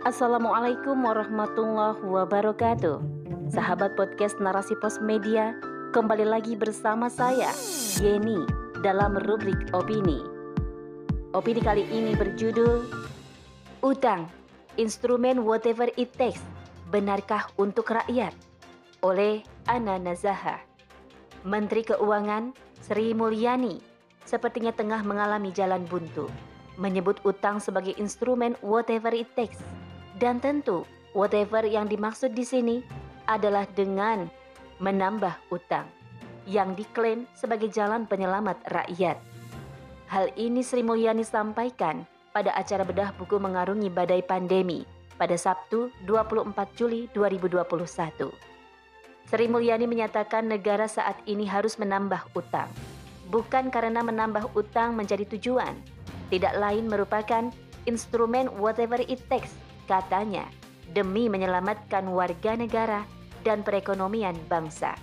Assalamualaikum warahmatullahi wabarakatuh. Sahabat podcast Narasi Pos Media, kembali lagi bersama saya, Yeni, dalam rubrik Opini. Opini kali ini berjudul Utang, Instrumen Whatever It Takes, Benarkah untuk Rakyat? Oleh Ana Nazaha. Menteri Keuangan Sri Mulyani sepertinya tengah mengalami jalan buntu, menyebut utang sebagai instrumen whatever it takes. Dan tentu, whatever yang dimaksud di sini adalah dengan menambah utang yang diklaim sebagai jalan penyelamat rakyat. Hal ini Sri Mulyani sampaikan pada acara bedah buku mengarungi badai pandemi pada Sabtu 24 Juli 2021. Sri Mulyani menyatakan negara saat ini harus menambah utang, bukan karena menambah utang menjadi tujuan, tidak lain merupakan instrumen whatever it takes, katanya, demi menyelamatkan warga negara dan perekonomian bangsa.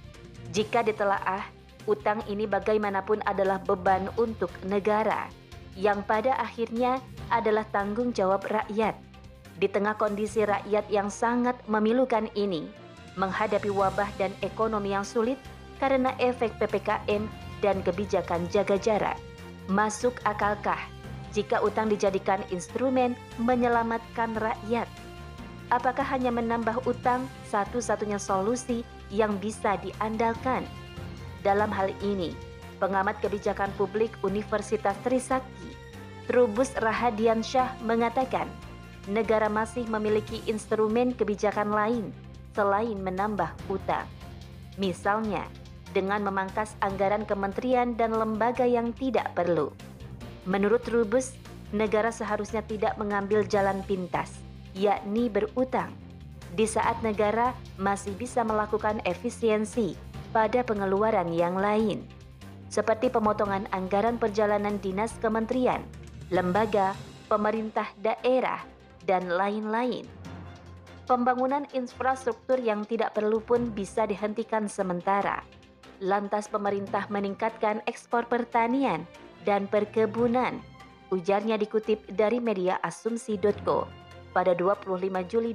Jika ditelaah, utang ini bagaimanapun adalah beban untuk negara, yang pada akhirnya adalah tanggung jawab rakyat. Di tengah kondisi rakyat yang sangat memilukan ini, menghadapi wabah dan ekonomi yang sulit karena efek PPKM dan kebijakan jaga jarak, masuk akalkah jika utang dijadikan instrumen menyelamatkan rakyat? Apakah hanya menambah utang satu-satunya solusi yang bisa diandalkan? Dalam hal ini, pengamat kebijakan publik Universitas Trisakti, Trubus Rahadiansyah mengatakan, negara masih memiliki instrumen kebijakan lain selain menambah utang. Misalnya, dengan memangkas anggaran kementerian dan lembaga yang tidak perlu. Menurut Trubus, negara seharusnya tidak mengambil jalan pintas, yakni berutang, di saat negara masih bisa melakukan efisiensi pada pengeluaran yang lain, seperti pemotongan anggaran perjalanan dinas kementerian, lembaga, pemerintah daerah, dan lain-lain. Pembangunan infrastruktur yang tidak perlu pun bisa dihentikan sementara. Lantas pemerintah meningkatkan ekspor pertanian dan perkebunan, ujarnya dikutip dari media asumsi.co pada 25 Juli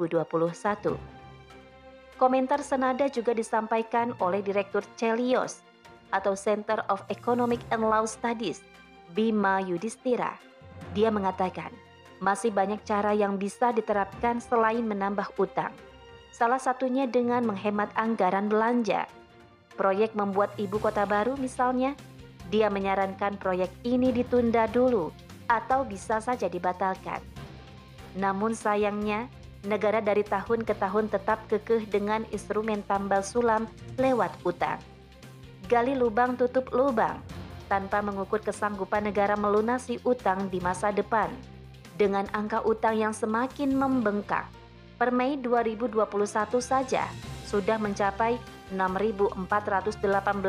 2021. Komentar senada juga disampaikan oleh Direktur Celios atau Center of Economic and Law Studies, Bima Yudhistira. Dia mengatakan, masih banyak cara yang bisa diterapkan selain menambah utang. Salah satunya dengan menghemat anggaran belanja. Proyek membuat ibu kota baru misalnya, dia menyarankan proyek ini ditunda dulu atau bisa saja dibatalkan. Namun sayangnya, negara dari tahun ke tahun tetap kekeh dengan instrumen tambal sulam lewat utang. Gali lubang tutup lubang, tanpa mengukur kesanggupan negara melunasi utang di masa depan. Dengan angka utang yang semakin membengkak, per Mei 2021 saja sudah mencapai 6.418,15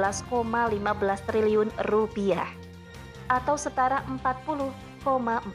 triliun rupiah atau setara 40,49%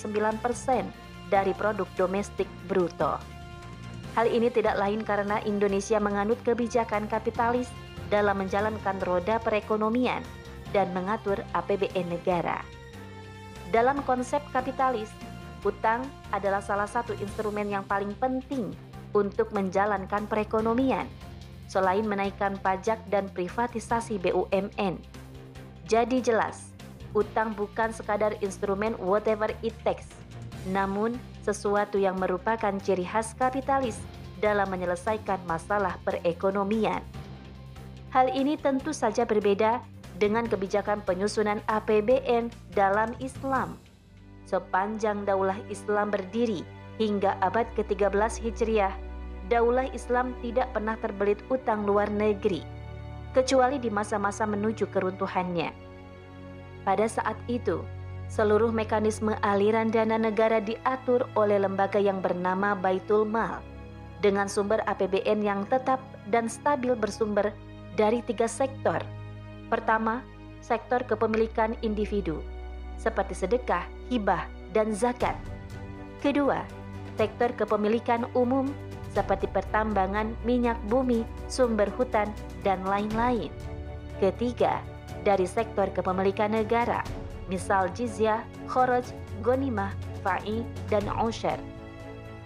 dari produk domestik bruto. Hal ini tidak lain karena Indonesia menganut kebijakan kapitalis dalam menjalankan roda perekonomian dan mengatur APBN negara. Dalam konsep kapitalis, utang adalah salah satu instrumen yang paling penting untuk menjalankan perekonomian, selain menaikkan pajak dan privatisasi BUMN. Jadi jelas, utang bukan sekadar instrumen whatever it takes, namun sesuatu yang merupakan ciri khas kapitalis dalam menyelesaikan masalah perekonomian. Hal ini tentu saja berbeda dengan kebijakan penyusunan APBN dalam Islam. Sepanjang Daulah Islam berdiri hingga abad ke-13 Hijriah, Daulah Islam tidak pernah terbelit utang luar negeri, kecuali di masa-masa menuju keruntuhannya. Pada saat itu, seluruh mekanisme aliran dana negara diatur oleh lembaga yang bernama Baitul Mal, dengan sumber APBN yang tetap dan stabil bersumber dari 3 sektor. Pertama, sektor kepemilikan individu, seperti sedekah, hibah, dan zakat. Kedua, sektor kepemilikan umum, seperti pertambangan, minyak bumi, sumber hutan, dan lain-lain. Ketiga, dari sektor kepemilikan negara, misal jizyah, kharaj, ghanimah, fa'i, dan usyar.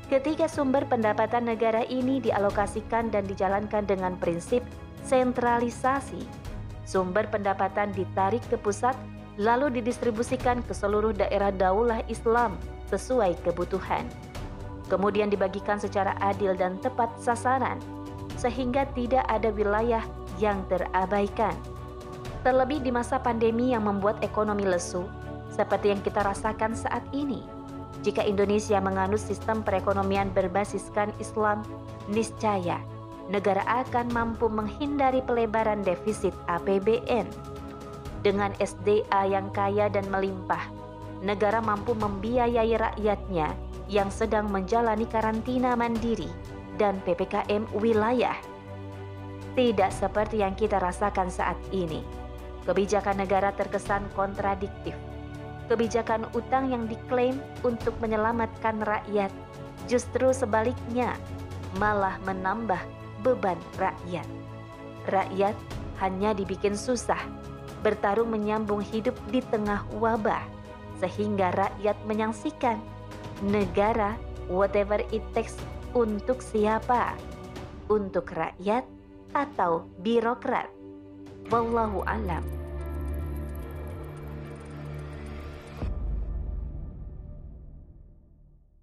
Ketiga sumber pendapatan negara ini dialokasikan dan dijalankan dengan prinsip sentralisasi. Sumber pendapatan ditarik ke pusat lalu didistribusikan ke seluruh daerah daulah Islam sesuai kebutuhan. Kemudian dibagikan secara adil dan tepat sasaran, sehingga tidak ada wilayah yang terabaikan. Terlebih di masa pandemi yang membuat ekonomi lesu, seperti yang kita rasakan saat ini. Jika Indonesia menganut sistem perekonomian berbasiskan Islam, niscaya negara akan mampu menghindari pelebaran defisit APBN. Dengan SDA yang kaya dan melimpah, negara mampu membiayai rakyatnya yang sedang menjalani karantina mandiri dan PPKM wilayah. Tidak seperti yang kita rasakan saat ini. Kebijakan negara terkesan kontradiktif. Kebijakan utang yang diklaim untuk menyelamatkan rakyat, justru sebaliknya malah menambah beban rakyat. Rakyat hanya dibikin susah, bertarung menyambung hidup di tengah wabah, sehingga rakyat menyaksikan negara whatever it takes untuk siapa? Untuk rakyat atau birokrat? Wallahu a'lam.